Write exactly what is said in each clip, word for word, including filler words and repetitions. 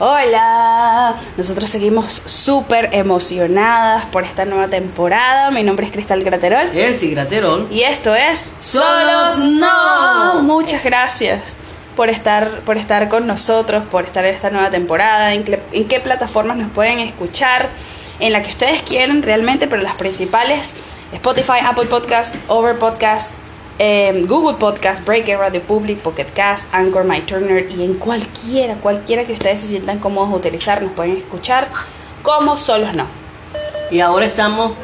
Hola, nosotros seguimos súper emocionadas por esta nueva temporada. Mi nombre es Cristal Graterol. Elsie Graterol. Y esto es Solos No. Muchas gracias por estar, por estar con nosotros, por estar en esta nueva temporada. ¿En qué, en qué plataformas nos pueden escuchar? En la que ustedes quieran realmente, pero las principales: Spotify, Apple Podcast, Over Podcast, Eh, Google Podcast, Breaker, Radio Public, Pocket Cast, Anchor, My Turner, y en cualquiera, cualquiera que ustedes se sientan cómodos de utilizar, nos pueden escuchar como Solos No. Y ahora estamos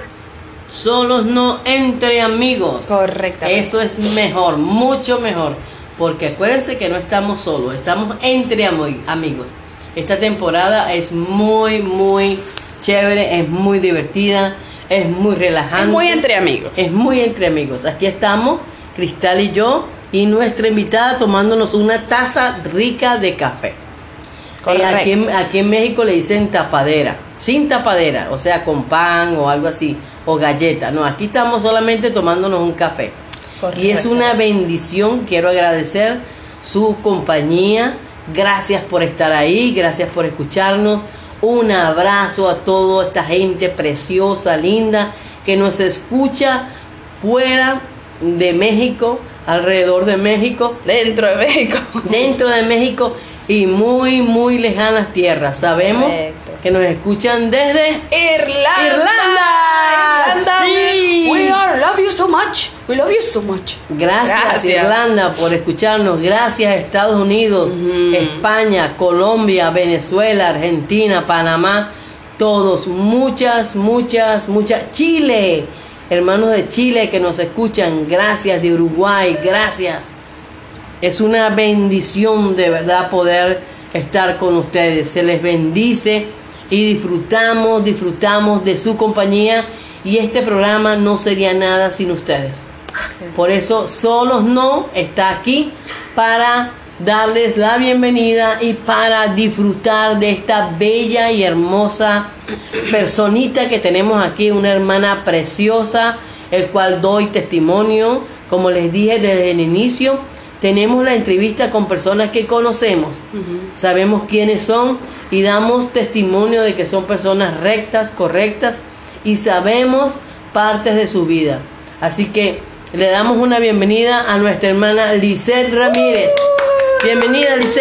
solos no entre amigos. Correctamente. Eso es mejor, mucho mejor, porque acuérdense que no estamos solos, estamos entre am- amigos. Esta temporada es muy, muy chévere, es muy divertida, es muy relajante. Es muy entre amigos. Es muy entre amigos. Aquí estamos Cristal y yo, y nuestra invitada tomándonos una taza rica de café. Eh, aquí, en, aquí en México le dicen tapadera, sin tapadera, o sea, con pan o algo así, o galleta. No, aquí estamos solamente tomándonos un café. Correcto. Y es una bendición, quiero agradecer su compañía. Gracias por estar ahí, gracias por escucharnos. Un abrazo a toda esta gente preciosa, linda, que nos escucha fuera de México, alrededor de México, dentro de México, dentro de México y muy, muy lejanas tierras. Sabemos Correcto. que nos escuchan desde Irlanda. Irlanda. Irlanda. Sí. We are love you so much. We love you so much. Gracias, Gracias. Irlanda, por escucharnos. Gracias, Estados Unidos, mm. España, Colombia, Venezuela, Argentina, Panamá. Todos, muchas, muchas, muchas. Chile. Hermanos de Chile que nos escuchan, gracias. De Uruguay, gracias. Es una bendición de verdad poder estar con ustedes. Se les bendice y disfrutamos, disfrutamos de su compañía, y este programa no sería nada sin ustedes. Sí. Por eso Solos No está aquí para darles la bienvenida y para disfrutar de esta bella y hermosa personita que tenemos aquí, una hermana preciosa, el cual doy testimonio. Como les dije desde el inicio, tenemos la entrevista con personas que conocemos, uh-huh. sabemos quiénes son y damos testimonio de que son personas rectas, correctas, y sabemos partes de su vida. Así que le damos una bienvenida a nuestra hermana Lisette Ramírez. Bienvenida, Lisette.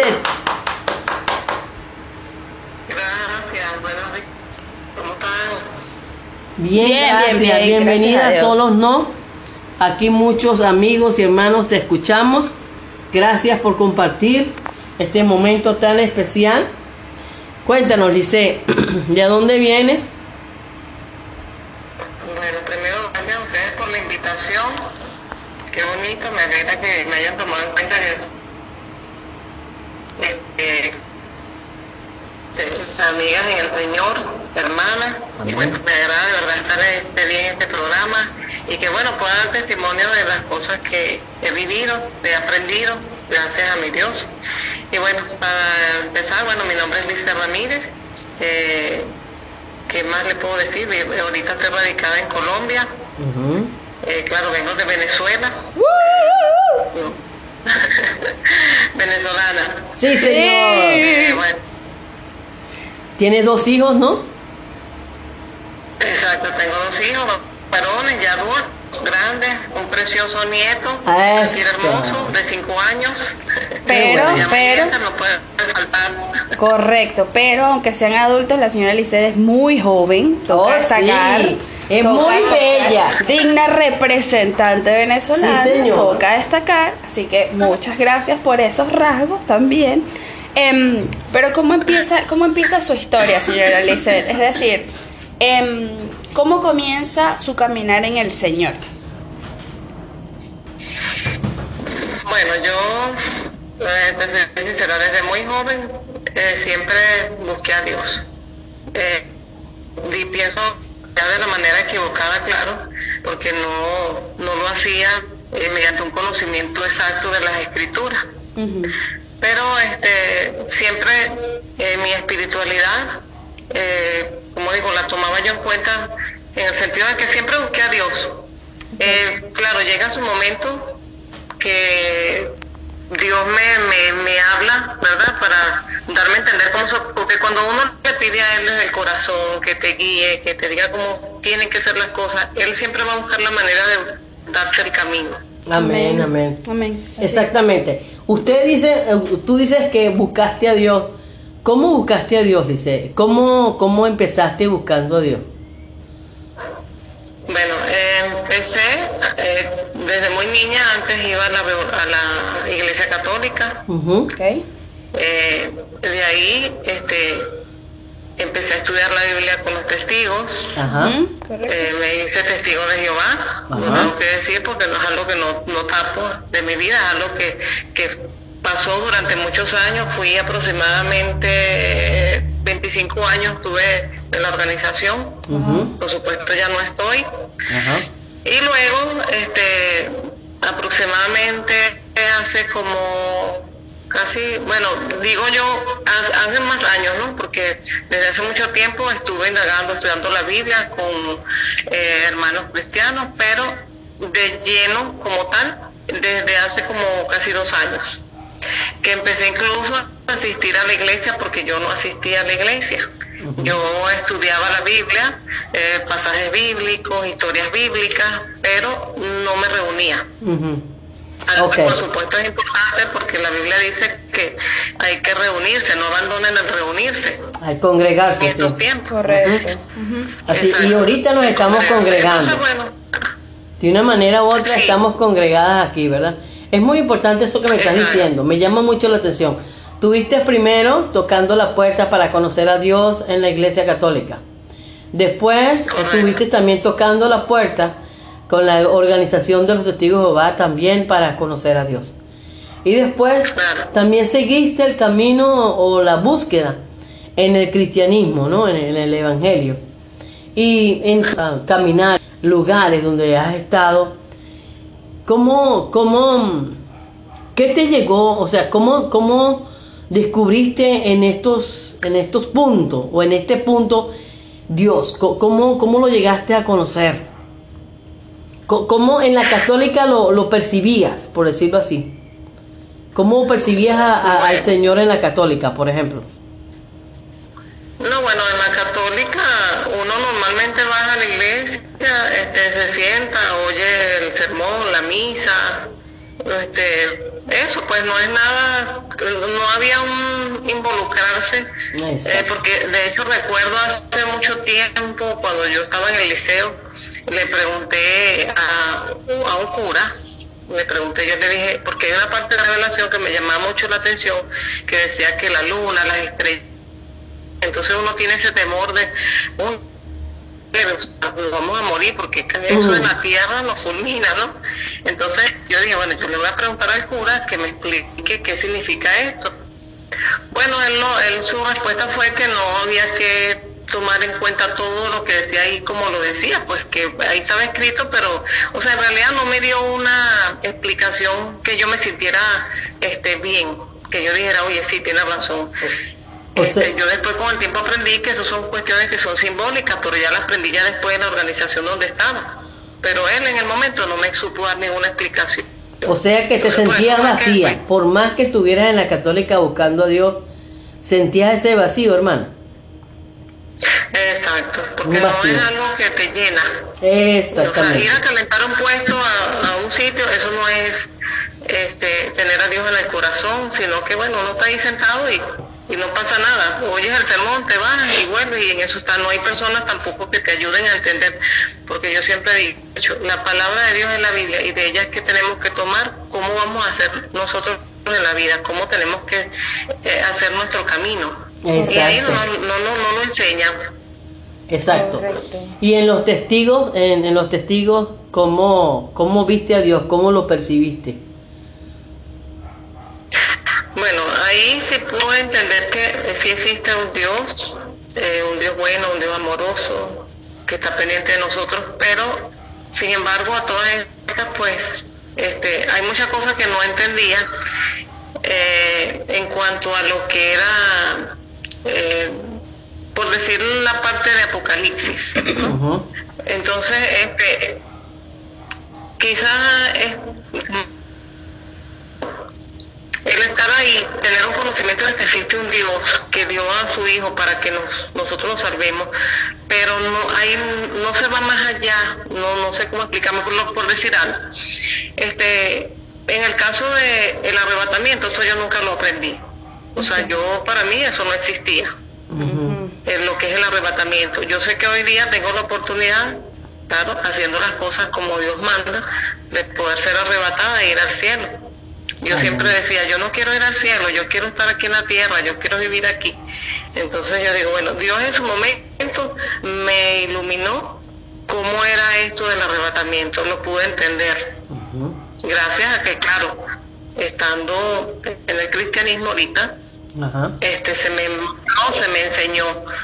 Gracias, buenos días. ¿Cómo están? Bien, bien, gracias. Bien, bien. Bienvenida gracias a Solos No. Aquí muchos amigos y hermanos te escuchamos. Gracias por compartir este momento tan especial. Cuéntanos, Lisette, ¿de dónde vienes? Bueno, primero gracias a ustedes por la invitación. Qué bonito, me alegra que me hayan tomado en cuenta de eso. Eh, eh, amigas en el Señor, hermanas, y bueno, me agrada de verdad estar este día en este programa, y que bueno, pueda dar testimonio de las cosas que he vivido, he aprendido, gracias a mi Dios. Y bueno, para empezar, bueno, mi nombre es Lisette Ramírez. Eh, ¿qué más le puedo decir? Ahorita estoy radicada en Colombia. Uh-huh. eh, claro, vengo de Venezuela. Uh-huh. Venezolana. Sí, señor. Eh, bueno. ¿Tienes dos hijos, no? Exacto, tengo dos hijos, varones, ya adultos, grandes, un precioso nieto, un hermoso, de cinco años. Pero, pero, no puede faltar. Correcto, pero aunque sean adultos, la señora Lisette es muy joven, toca oh, destacar. Sí. Es muy bella. Digna representante venezolana. Sí, señor. Toca destacar. Así que muchas gracias por esos rasgos también. Eh, pero ¿cómo empieza, cómo empieza su historia, señora Lisette? Es decir, eh, ¿cómo comienza su caminar en el Señor? Bueno, yo, eh, desde, sincera, desde muy joven, eh, siempre busqué a Dios. Eh, y pienso de la manera equivocada, claro, porque no, no lo hacía eh, mediante un conocimiento exacto de las escrituras. Uh-huh. Pero este siempre eh, mi espiritualidad, eh, como digo, la tomaba yo en cuenta en el sentido de que siempre busqué a Dios. Eh, claro, llega su momento que Dios me, me, me habla, ¿verdad? Para darme a entender cómo, porque cuando uno le pide a Él desde el corazón que te guíe, que te diga cómo tienen que ser las cosas, Él siempre va a buscar la manera de darte el camino. Amén, amén. Amén. Exactamente. Usted dice, tú dices que buscaste a Dios. ¿Cómo buscaste a Dios, dice? ¿Cómo, cómo empezaste buscando a Dios? Bueno, eh, empecé eh, desde muy niña, antes iba a la, a la iglesia católica. Uh-huh. Okay. Eh, de ahí este, empecé a estudiar la Biblia con los testigos. Ajá. Uh-huh. Correcto. Eh, me hice testigo de Jehová. Ajá. No tengo que decir porque no es algo que no, no tapo de mi vida, es algo que, que pasó durante muchos años. Fui aproximadamente veinticinco años, estuve en la organización. Uh-huh. Por supuesto ya no estoy. Ajá. Y luego, este, aproximadamente hace como casi, bueno, digo yo, hace más años, ¿no? Porque desde hace mucho tiempo estuve indagando, estudiando la Biblia con eh, hermanos cristianos, pero de lleno como tal, desde hace como casi dos años, que empecé incluso a asistir a la iglesia porque yo no asistía a la iglesia. Uh-huh. Yo estudiaba la Biblia, eh, pasajes bíblicos, historias bíblicas, pero no me reunía. Uh-huh. Algo Okay. que por supuesto es importante porque la Biblia dice que hay que reunirse, no abandonen el reunirse. Al congregarse, En estos sí. tiempos. Correcto. Uh-huh. Así, y Exacto. ahorita nos estamos congregando. Entonces, bueno, De una manera u otra Sí. estamos congregadas aquí, ¿verdad? Es muy importante eso que me estás Exacto. diciendo, me llama mucho la atención. Tuviste primero tocando la puerta para conocer a Dios en la iglesia católica. Después Correcto. estuviste también tocando la puerta con la organización de los testigos de Jehová también para conocer a Dios. Y después Claro. también seguiste el camino o la búsqueda en el cristianismo, ¿no? En el, en el evangelio. Y en uh, caminar lugares donde has estado. ¿Cómo, cómo, qué te llegó? O sea, ¿cómo, cómo descubriste en estos, en estos puntos o en este punto Dios? ¿Cómo, cómo lo llegaste a conocer? ¿Cómo en la católica lo, lo percibías, por decirlo así? ¿Cómo percibías a, a, al Señor en la católica, por ejemplo? no, bueno, en la católica uno normalmente va a la iglesia, este, se sienta, oye el sermón, la misa, este, eso pues no es nada, no había un involucrarse, eh, porque de hecho recuerdo hace mucho tiempo cuando yo estaba en el liceo, le pregunté a, a un cura, le pregunté, yo le dije, porque hay una parte de la revelación que me llamaba mucho la atención, que decía que la luna, las estrellas, entonces uno tiene ese temor de, uy, nos vamos a morir porque eso en la tierra nos fulmina, ¿no? Entonces yo dije, bueno, yo le voy a preguntar al cura que me explique qué significa esto. Bueno, él, no, él su respuesta fue que no había que tomar en cuenta todo lo que decía ahí como lo decía, pues que ahí estaba escrito, pero, o sea, en realidad no me dio una explicación que yo me sintiera este bien, que yo dijera, oye, sí, tiene razón. Este, yo después con el tiempo aprendí que eso son cuestiones que son simbólicas, pero ya las aprendí ya después en la organización donde estaba. Pero él en el momento no me supo dar ninguna explicación. O sea que te Entonces, sentías vacía, que, por más que estuvieras en la católica buscando a Dios, sentías ese vacío, hermano. Exacto, porque no es algo que te llena. Exactamente. O sea, ir a calentar un puesto a, a un sitio, eso no es este, tener a Dios en el corazón, sino que bueno, uno está ahí sentado y, y no pasa nada. Oyes el sermón, te vas y vuelves, y en eso está. No hay personas tampoco que te ayuden a entender, porque yo siempre he dicho, la palabra de Dios es la Biblia, y de ella es que tenemos que tomar cómo vamos a hacer nosotros en la vida, cómo tenemos que eh, hacer nuestro camino. Exacto. Y ahí no, no, no, no lo enseñan. Exacto. Correcto. Y en los testigos, en, en los testigos, ¿cómo, ¿cómo viste a Dios? ¿Cómo lo percibiste? Bueno, ahí se pudo entender que eh, sí existe un Dios, eh, un Dios bueno, un Dios amoroso, que está pendiente de nosotros, pero sin embargo a todas estas pues este, hay muchas cosas que no entendía eh, en cuanto a lo que era, eh, por decir la parte de Apocalipsis, ¿no? Uh-huh. Entonces, este, quizás es, el el estar ahí, tener un conocimiento de que existe un Dios que dio a su Hijo para que nos, nosotros nos salvemos, pero no hay, no se va más allá, no, no sé cómo explicarme por, por decir algo. Este, en el caso de el arrebatamiento, eso yo nunca lo aprendí. O sea, yo, para mí eso no existía. Uh-huh. En lo que es el arrebatamiento. Yo sé que hoy día tengo la oportunidad, claro, haciendo las cosas como Dios manda, de poder ser arrebatada e ir al cielo. Yo uh-huh. siempre decía, yo no quiero ir al cielo, yo quiero estar aquí en la tierra, yo quiero vivir aquí. Entonces yo digo, bueno, Dios en su momento me iluminó cómo era esto del arrebatamiento, lo pude entender. Uh-huh. Gracias a que, claro, estando en el cristianismo ahorita, uh-huh. este se me, no, se me enseñó.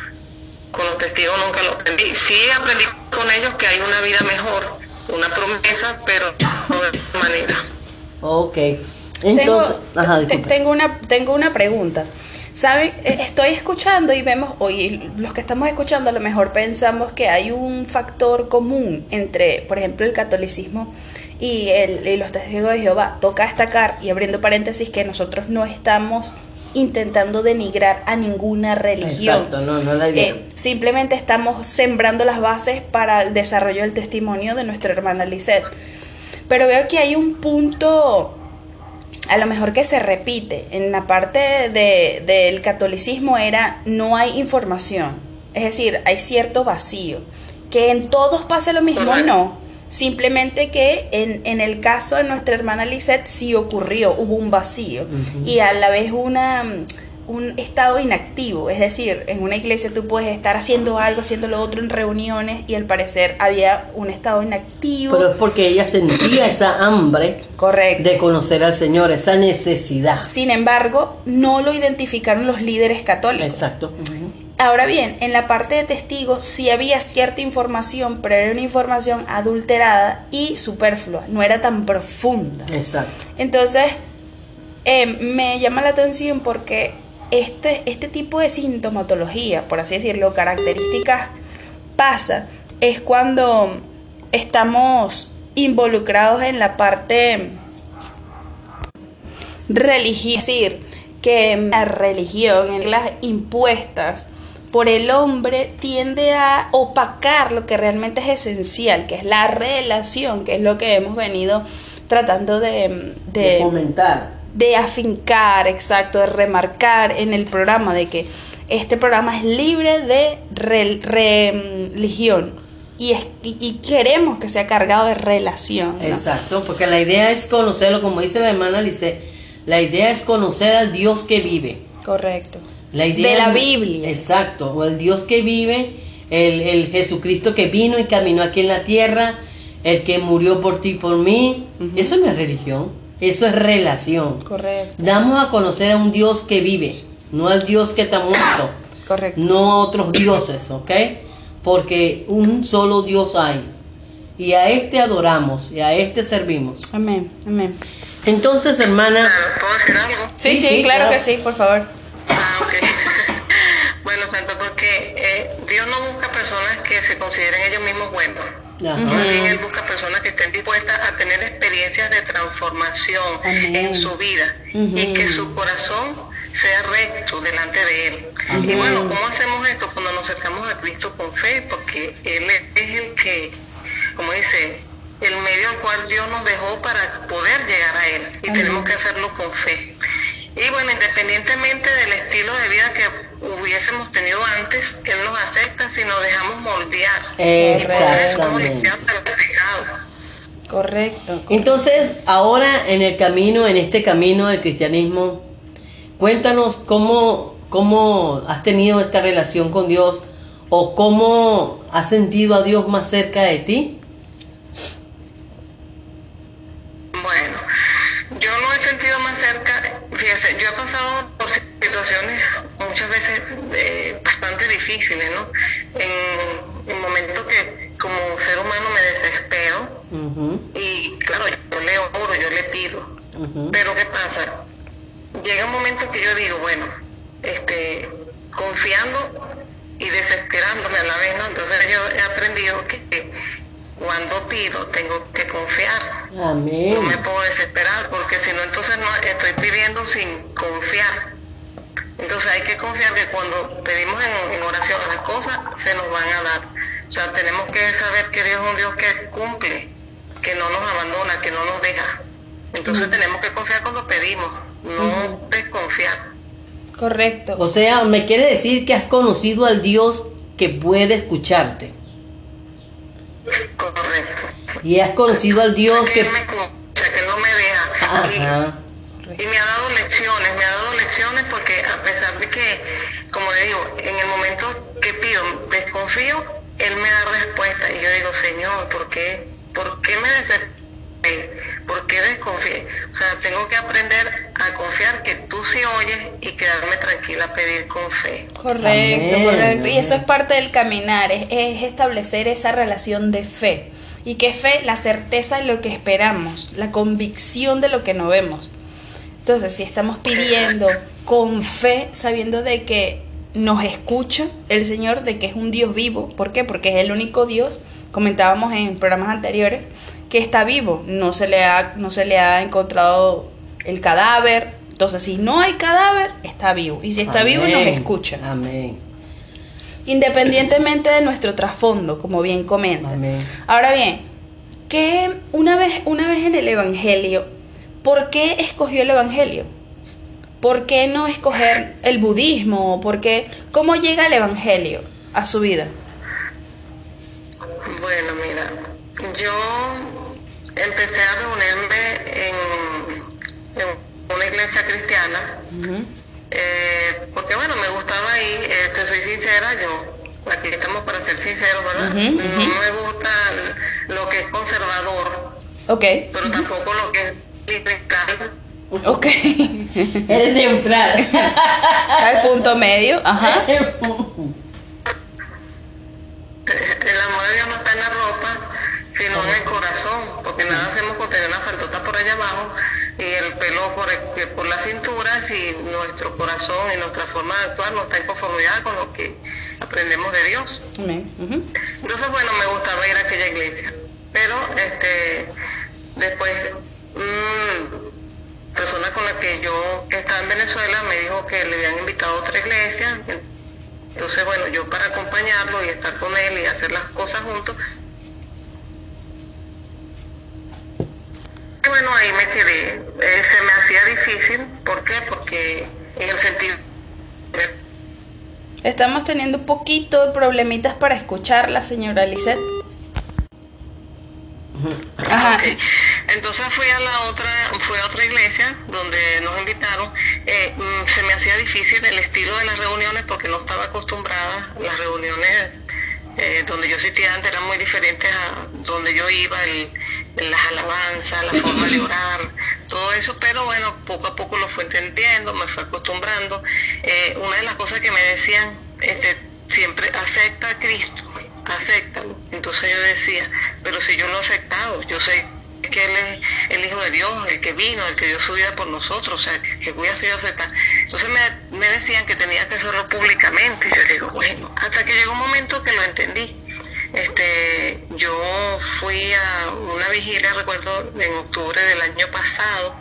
Con los testigos nunca lo aprendí. Sí aprendí con ellos que hay una vida mejor, una promesa, pero no de esta manera. Ok. Entonces, tengo, ajá, tengo una tengo una pregunta. ¿Saben? Estoy escuchando y vemos, oye, los que estamos escuchando a lo mejor pensamos que hay un factor común entre, por ejemplo, el catolicismo y, el, y los testigos de Jehová. Toca destacar, y abriendo paréntesis, que nosotros no estamos intentando denigrar a ninguna religión. Exacto, no, no es la idea. Eh, simplemente estamos sembrando las bases para el desarrollo del testimonio de nuestra hermana Lisette. Pero veo que hay un punto, a lo mejor que se repite, en la parte de, del catolicismo era, no hay información. Es decir, hay cierto vacío. Que en todos pase lo mismo, no. Simplemente que en, en el caso de nuestra hermana Lisette sí ocurrió, hubo un vacío uh-huh. y a la vez una, un estado inactivo. Es decir, en una iglesia tú puedes estar haciendo algo, haciendo lo otro en reuniones y al parecer había un estado inactivo. Pero es porque ella sentía esa hambre. Correcto. De conocer al Señor, esa necesidad. Sin embargo, no lo identificaron los líderes católicos. Exacto. Uh-huh. Ahora bien, en la parte de testigos sí había cierta información, pero era una información adulterada y superflua, no era tan profunda. Exacto. Entonces, eh, me llama la atención porque este, este tipo de sintomatología, por así decirlo, características, pasa, es cuando estamos involucrados en la parte religiosa, es decir, que la religión, en las impuestas por el hombre, tiende a opacar lo que realmente es esencial, que es la relación, que es lo que hemos venido tratando de, de, de fomentar, de afincar, exacto, de remarcar en el programa, de que este programa es libre de re, religión y, es, y, y queremos que sea cargado de relación, ¿no? Exacto, porque la idea es conocerlo, como dice la hermana Lice, la idea es conocer al Dios que vive. Correcto. La idea de la es, Biblia. Exacto, o el Dios que vive, el, el Jesucristo que vino y caminó aquí en la tierra, el que murió por ti y por mí. Uh-huh. Eso no es religión, eso es relación. Correcto. Damos a conocer a un Dios que vive, no al Dios que está muerto. Correcto. No a otros dioses, ¿ok? Porque un solo Dios hay. Y a este adoramos, y a este servimos. Amén, amén. Entonces, hermana... ¿Puedo decir algo? Sí, sí, sí, claro, claro que sí, por favor. Ah, ok. Bueno, Santo, porque eh, Dios no busca personas que se consideren ellos mismos buenos. Uh-huh. Más bien Él busca personas que estén dispuestas a tener experiencias de transformación Amén. En su vida uh-huh. y que su corazón sea recto delante de Él. Uh-huh. Y bueno, ¿cómo hacemos esto? Cuando nos acercamos a Cristo con fe, porque Él es el que, como dice, el medio al cual Dios nos dejó para poder llegar a Él. Y uh-huh. tenemos que hacerlo con fe. Y bueno, independientemente del estilo de vida que hubiésemos tenido antes, Él nos acepta si nos dejamos moldear. Exactamente. Correcto. Entonces, ahora en el camino, en este camino del cristianismo, cuéntanos cómo, cómo has tenido esta relación con Dios o cómo has sentido a Dios más cerca de ti. Bueno, yo no he sentido más cerca. Fíjese, yo he pasado por situaciones muchas veces eh, bastante difíciles, ¿no? En, en momentos que como ser humano me desespero uh-huh. y claro, yo le oro, yo le pido, uh-huh. pero ¿qué pasa? Llega un momento que yo digo, bueno, este, confiando y desesperándome a la vez, ¿no? Entonces yo he aprendido que, que cuando pido tengo que confiar. Amén. No me puedo desesperar, porque si no, entonces no estoy pidiendo sin confiar. Entonces hay que confiar que cuando pedimos en, en oración las cosas se nos van a dar. O sea, tenemos que saber que Dios es un Dios que cumple, que no nos abandona, que no nos deja. Entonces uh-huh. tenemos que confiar cuando pedimos, no uh-huh. desconfiar. Correcto. O sea, me quiere decir que has conocido al Dios que puede escucharte. Correcto. Y has conocido al Dios o sea, que, que... Él me escucha, que no me deja. Ajá. Y, y me ha dado lecciones, me ha dado lecciones porque a pesar de que, como le digo, en el momento que pido, desconfío, Él me da respuesta. Y yo digo, Señor, ¿por qué? ¿Por qué me desesperé? ¿Por qué desconfié? O sea, tengo que aprender a confiar que tú sí oyes y quedarme tranquila, pedir con fe. Correcto, Amén. correcto. Y eso es parte del caminar, es, es establecer esa relación de fe. ¿Y qué fe? La certeza de lo que esperamos, la convicción de lo que no vemos. Entonces, si estamos pidiendo con fe, sabiendo de que nos escucha el Señor, de que es un Dios vivo. ¿Por qué? Porque es el único Dios, comentábamos en programas anteriores, que está vivo, no se le ha, no se le ha encontrado el cadáver. Entonces, si no hay cadáver, está vivo. Y si está Amén. vivo, nos escucha. Amén. Independientemente de nuestro trasfondo, como bien comenta. Amén. Ahora bien, que una vez, una vez en el Evangelio, ¿por qué escogió el Evangelio? ¿Por qué no escoger el budismo? ¿Por qué? ¿Cómo llega el Evangelio a su vida? Bueno, mira, yo empecé a reunirme en, en una iglesia cristiana, uh-huh. eh, porque bueno, me gustaba ahí, eh, te soy sincera, yo, aquí estamos para ser sinceros, ¿verdad? Uh-huh, uh-huh. No me gusta lo que es conservador, okay. pero uh-huh. tampoco lo que es liberal. Ok. Eres neutral. Al punto medio, ajá. El amor de Dios no está en la ropa, sino en el corazón, porque nada hacemos con tener una faldota por allá abajo y el pelo por, el, por la cintura si nuestro corazón y nuestra forma de actuar no está en conformidad con lo que aprendemos de Dios. Amén. Uh-huh. Entonces, bueno, me gustaba ir a aquella iglesia, pero este después mmm, persona con la que yo que estaba en Venezuela me dijo que le habían invitado a otra iglesia. Entonces, bueno, yo para acompañarlo y estar con él y hacer las cosas juntos, y bueno, ahí me quedé. Eh, se me hacía difícil. ¿Por qué? Porque en el sentido... Estamos teniendo un poquito de problemitas para escucharla, señora Lisette. Ajá. Okay. Entonces fui a la otra, fui a otra iglesia donde nos invitaron. Eh, se me hacía difícil el estilo de las reuniones porque no estaba acostumbrada. Las reuniones eh, donde yo asistía antes eran muy diferentes a donde yo iba, el, las alabanzas, la forma de orar, todo eso, pero bueno, poco a poco lo fui entendiendo, me fui acostumbrando. Eh, una de las cosas que me decían, este, siempre acepta a Cristo, acéptalo. Entonces yo decía, pero si yo lo he aceptado, yo sé que Él es el Hijo de Dios, el que vino, el que dio su vida por nosotros, o sea, que voy a ser aceptar. Entonces me, me decían que tenía que hacerlo públicamente, y yo digo, bueno, hasta que llegó un momento que lo entendí. Este, yo fui a una vigilia, recuerdo, en octubre del año pasado,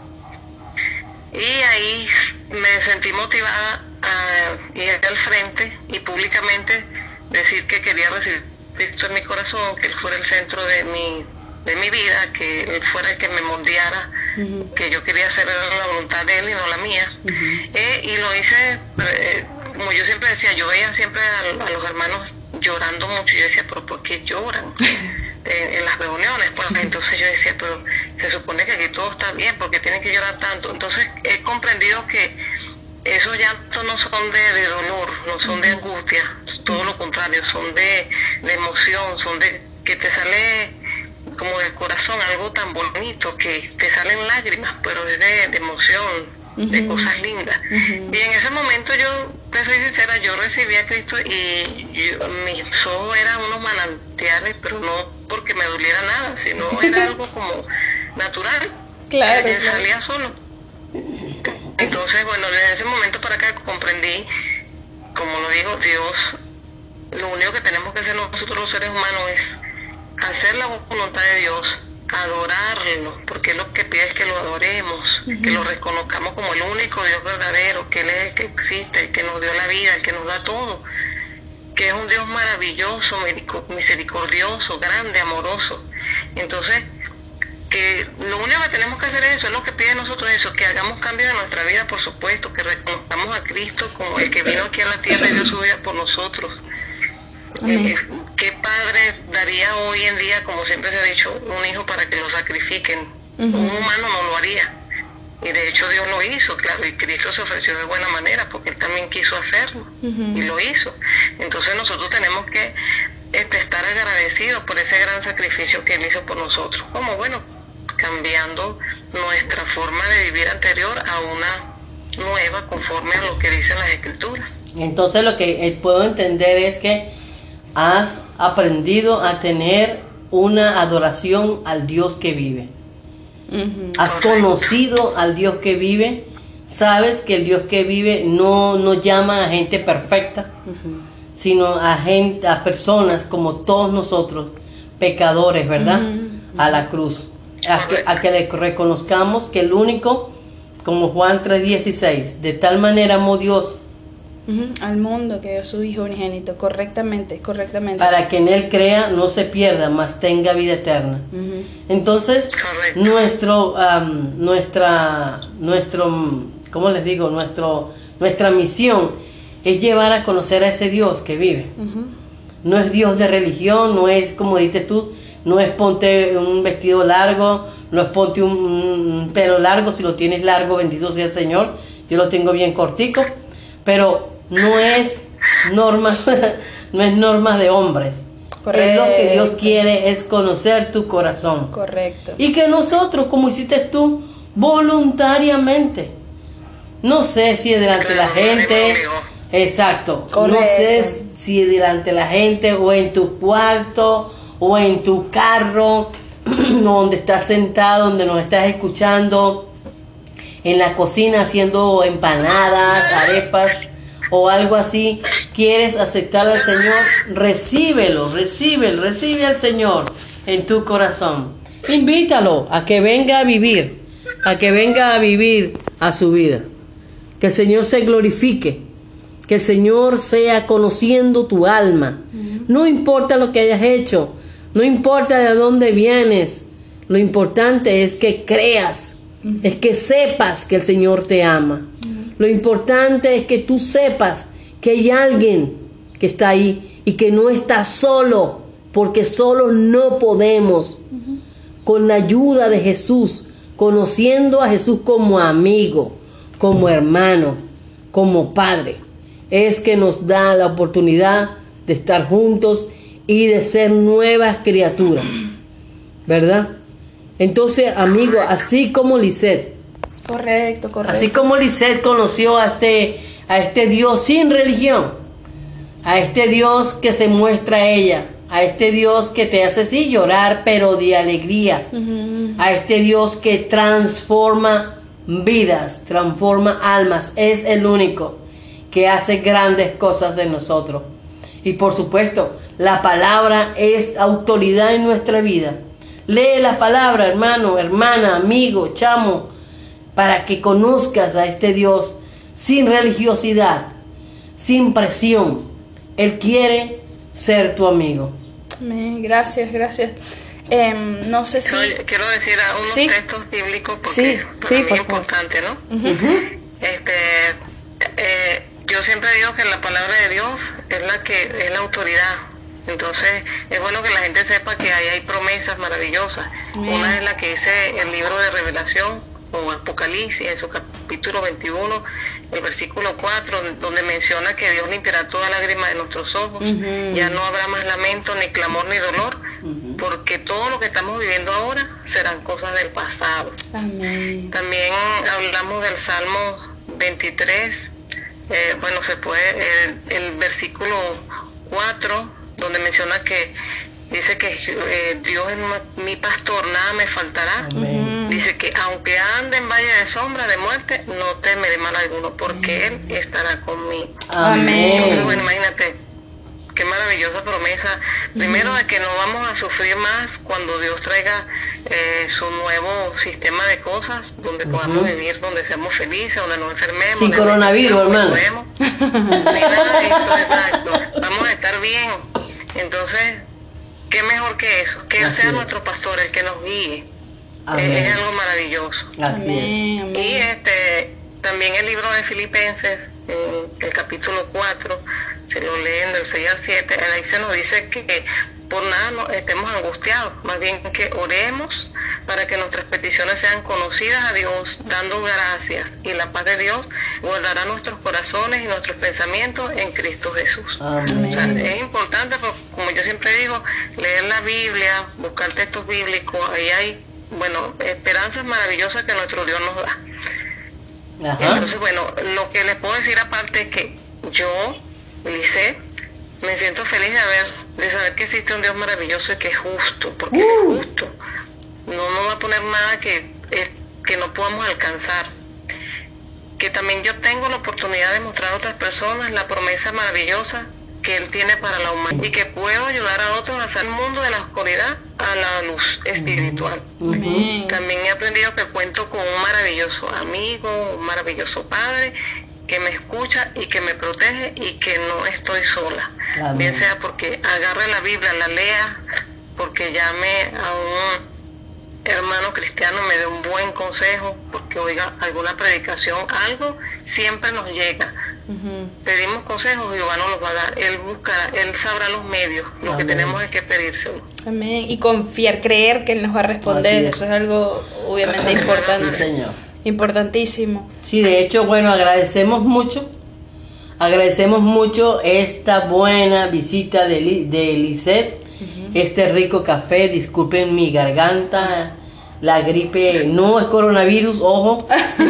y ahí me sentí motivada a ir al frente y públicamente decir que quería recibir Cristo en mi corazón, que Él fuera el centro de mi, de mi vida, que Él fuera el que me moldeara, uh-huh. que yo quería hacer la voluntad de Él y no la mía. Uh-huh. eh, y lo hice, eh, como yo siempre decía, yo veía siempre a, a los hermanos llorando mucho, y yo decía, pero ¿por qué lloran en, en las reuniones? Pues, entonces yo decía, pero se supone que aquí todo está bien, ¿por qué tienen que llorar tanto? Entonces he comprendido que esos llantos no son de, de dolor, no son de angustia, todo lo contrario, son de, de emoción, son de que te sale como del corazón algo tan bonito, que te salen lágrimas, pero es de, de emoción, uh-huh. de cosas lindas. Uh-huh. Y en ese momento yo, te soy sincera, yo recibí a Cristo y yo, mis ojos eran unos manantiales, pero no porque me doliera nada, sino era algo como natural, claro, que claro. salía solo. Entonces, bueno, desde ese momento para acá comprendí, como lo digo, Dios, lo único que tenemos que hacer nosotros los seres humanos es hacer la voluntad de Dios, adorarlo, porque Él lo que pide es que lo adoremos, uh-huh. que lo reconozcamos como el único Dios verdadero, que Él es el que existe, el que nos dio la vida, el que nos da todo, que es un Dios maravilloso, misericordioso, grande, amoroso. Entonces, que lo único que tenemos que hacer es eso, es lo que pide nosotros eso, que hagamos cambios en nuestra vida, por supuesto, que reconozcamos a Cristo como el que vino aquí a la tierra y dio su vida por nosotros. Eh, ¿Qué padre daría hoy en día, como siempre se ha dicho, un hijo para que lo sacrifiquen? Uh-huh. Un humano no lo haría. Y de hecho Dios lo hizo, claro, y Cristo se ofreció de buena manera porque Él también quiso hacerlo, uh-huh. y lo hizo. Entonces nosotros tenemos que este, estar agradecidos por ese gran sacrificio que Él hizo por nosotros. Como bueno, cambiando nuestra forma de vivir anterior a una nueva conforme a lo que dicen las Escrituras. Entonces lo que eh, puedo entender es que has aprendido a tener una adoración al Dios que vive. Uh-huh. Has conocido al Dios que vive. Sabes que el Dios que vive no, no llama a gente perfecta, uh-huh. sino a gente, a personas como todos nosotros, pecadores, ¿verdad? Uh-huh. A la cruz. A que, a que le reconozcamos que el único, como Juan tres dieciséis, de tal manera amó Dios Uh-huh. al mundo que dio su Hijo unigénito, correctamente, correctamente. Para que en Él crea, no se pierda, mas tenga vida eterna. Uh-huh. Entonces, nuestro, um, nuestra, nuestro, ¿cómo les digo? Nuestro, nuestra misión es llevar a conocer a ese Dios que vive. Uh-huh. No es Dios de religión, no es, como dices tú, no es ponte un vestido largo, no es ponte un, un pelo largo, si lo tienes largo, bendito sea el Señor. Yo lo tengo bien cortico, pero no es normas, no es normas de hombres. Correcto. Es lo que Dios quiere, es conocer tu corazón. Correcto. Y que nosotros, como hiciste tú, voluntariamente, no sé si delante de la gente, exacto, Correcto. no sé si delante de la gente o en tu cuarto o en tu carro, donde estás sentado, donde nos estás escuchando, en la cocina haciendo empanadas, arepas o algo así, quieres aceptar al Señor, recíbelo, recíbelo, recibe al Señor en tu corazón. Invítalo a que venga a vivir, a que venga a vivir a su vida. Que el Señor se glorifique, que el Señor sea conociendo tu alma. No importa lo que hayas hecho, no importa de dónde vienes, lo importante es que creas, es que sepas que el Señor te ama. Lo importante es que tú sepas que hay alguien que está ahí y que no estás solo, porque solo no podemos. Uh-huh. Con la ayuda de Jesús, conociendo a Jesús como amigo, como hermano, como padre, es que nos da la oportunidad de estar juntos y de ser nuevas criaturas, ¿verdad? Entonces, amigo, así como Lisette, correcto, correcto. Así como Lisette conoció a este, a este Dios sin religión, a este Dios que se muestra a ella, a este Dios que te hace sí llorar, pero de alegría, uh-huh. a este Dios que transforma vidas, transforma almas, es el único que hace grandes cosas en nosotros. Y por supuesto, la palabra es autoridad en nuestra vida. Lee la palabra, hermano, hermana, amigo, chamo, para que conozcas a este Dios sin religiosidad, sin presión. Él quiere ser tu amigo. Amén. Gracias, gracias. Eh, no sé si... Quiero decir unos ¿Sí? textos bíblicos porque sí, para sí, mí por es importante, ¿no? Uh-huh. Este, eh, yo siempre digo que la palabra de Dios es la que es la autoridad. Entonces es bueno que la gente sepa que ahí hay promesas maravillosas. Amén. Una es la que dice el libro de Revelación o Apocalipsis, en su capítulo veintiuno, el versículo cuatro, donde menciona que Dios limpiará toda lágrima de nuestros ojos. Uh-huh. Ya no habrá más lamento, ni clamor, ni dolor, uh-huh. porque todo lo que estamos viviendo ahora serán cosas del pasado. Amén. También hablamos del Salmo veintitrés, eh, bueno, se puede, el, el versículo cuatro, donde menciona que dice que eh, Dios es mi pastor, nada me faltará. Amén. Dice que aunque ande en valle de sombra de muerte, no temeré mal alguno, porque Él estará conmigo. Amén. Entonces, bueno, imagínate, qué maravillosa promesa. promesa, primero de que no vamos a sufrir más cuando Dios traiga eh, su nuevo sistema de cosas, donde podamos uh-huh. vivir, donde seamos felices, donde no enfermemos. Sin coronavirus, hermano. Ni nada de esto, exacto. Vamos a estar bien. Entonces, ¿qué mejor que eso? Que Así sea es. nuestro pastor el que nos guíe. Eh, es algo maravilloso. Así Amén. es. Y este, también el libro de Filipenses, en el capítulo cuatro, se lo leen del seis al siete, ahí se nos dice que por nada no estemos angustiados, más bien que oremos para que nuestras peticiones sean conocidas a Dios, dando gracias, y la paz de Dios guardará nuestros corazones y nuestros pensamientos en Cristo Jesús. Amén. O sea, es importante, porque, como yo siempre digo, leer la Biblia, buscar textos bíblicos, ahí hay, bueno, esperanzas maravillosas que nuestro Dios nos da. Ajá. Entonces, bueno, lo que les puedo decir aparte es que yo, Lisette, me siento feliz de haber, de saber que existe un Dios maravilloso y que es justo, porque uh. es justo. No nos va a poner nada que, que no podamos alcanzar. Que también yo tengo la oportunidad de mostrar a otras personas la promesa maravillosa que Él tiene para la humanidad y que puedo ayudar a otros a hacer el mundo de la oscuridad a la luz espiritual. Uh-huh. También he aprendido que cuento con un maravilloso amigo, un maravilloso padre que me escucha y que me protege y que no estoy sola. Amén. Bien sea porque agarre la Biblia, la lea, porque llame a un hermano cristiano, me dé un buen consejo, porque oiga alguna predicación, algo siempre nos llega. Uh-huh. Pedimos consejos y Jehová nos los va a dar. Él buscará, Él sabrá los medios. Lo Amén. que tenemos es que pedírselo. Amén. Y confiar, creer que Él nos va a responder. Es. Eso es algo obviamente importante. Sí, Señor. Importantísimo. Sí, de hecho, bueno, agradecemos mucho, agradecemos mucho esta buena visita de, de Lisette, uh-huh. este rico café. Disculpen mi garganta, la gripe no es coronavirus, ojo.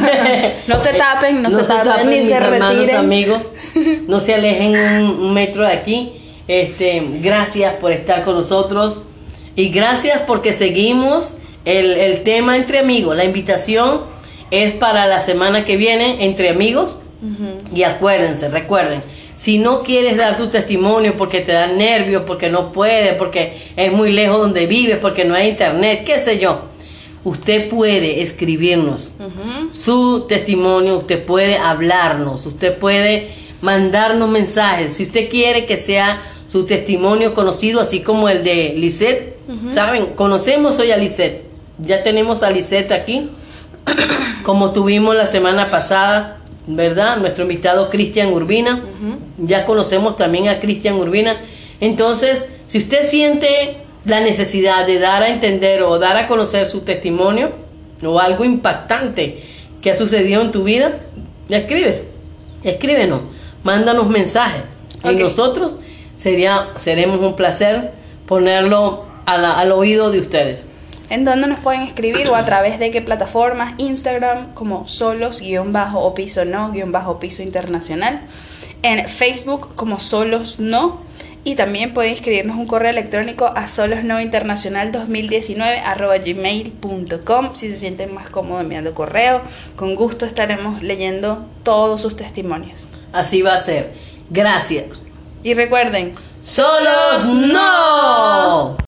No se tapen, no, no se, se tapen, tapen ni se hermanos, retiren. Amigos, no se alejen un, un metro de aquí. Este, gracias por estar con nosotros y gracias porque seguimos el, el tema entre amigos. La invitación es para la semana que viene, entre amigos. Uh-huh. Y acuérdense, recuerden, si no quieres dar tu testimonio porque te da nervios, porque no puedes, porque es muy lejos donde vives, porque no hay internet, qué sé yo, usted puede escribirnos uh-huh. su testimonio, usted puede hablarnos, usted puede mandarnos mensajes. Si usted quiere que sea su testimonio conocido, así como el de Lisette, uh-huh. ¿saben? Conocemos hoy a Lisette, ya tenemos a Lisette aquí, como tuvimos la semana pasada, ¿verdad? Nuestro invitado Cristian Urbina, uh-huh. ya conocemos también a Cristian Urbina. Entonces, si usted siente la necesidad de dar a entender o dar a conocer su testimonio o algo impactante que ha sucedido en tu vida, escribe, escríbenos, mándanos mensajes. Okay. Y nosotros sería, seremos un placer ponerlo a la, al oído de ustedes. ¿En dónde nos pueden escribir o a través de qué plataformas? Instagram como solos guión bajo o piso no guión bajo piso internacional. En Facebook como solos no. Y también pueden escribirnos un correo electrónico a solosnointernacional dos mil diecinueve arroba gmail punto com. Si se sienten más cómodos enviando correo, con gusto estaremos leyendo todos sus testimonios. Así va a ser. Gracias. Y recuerden, ¡solos no!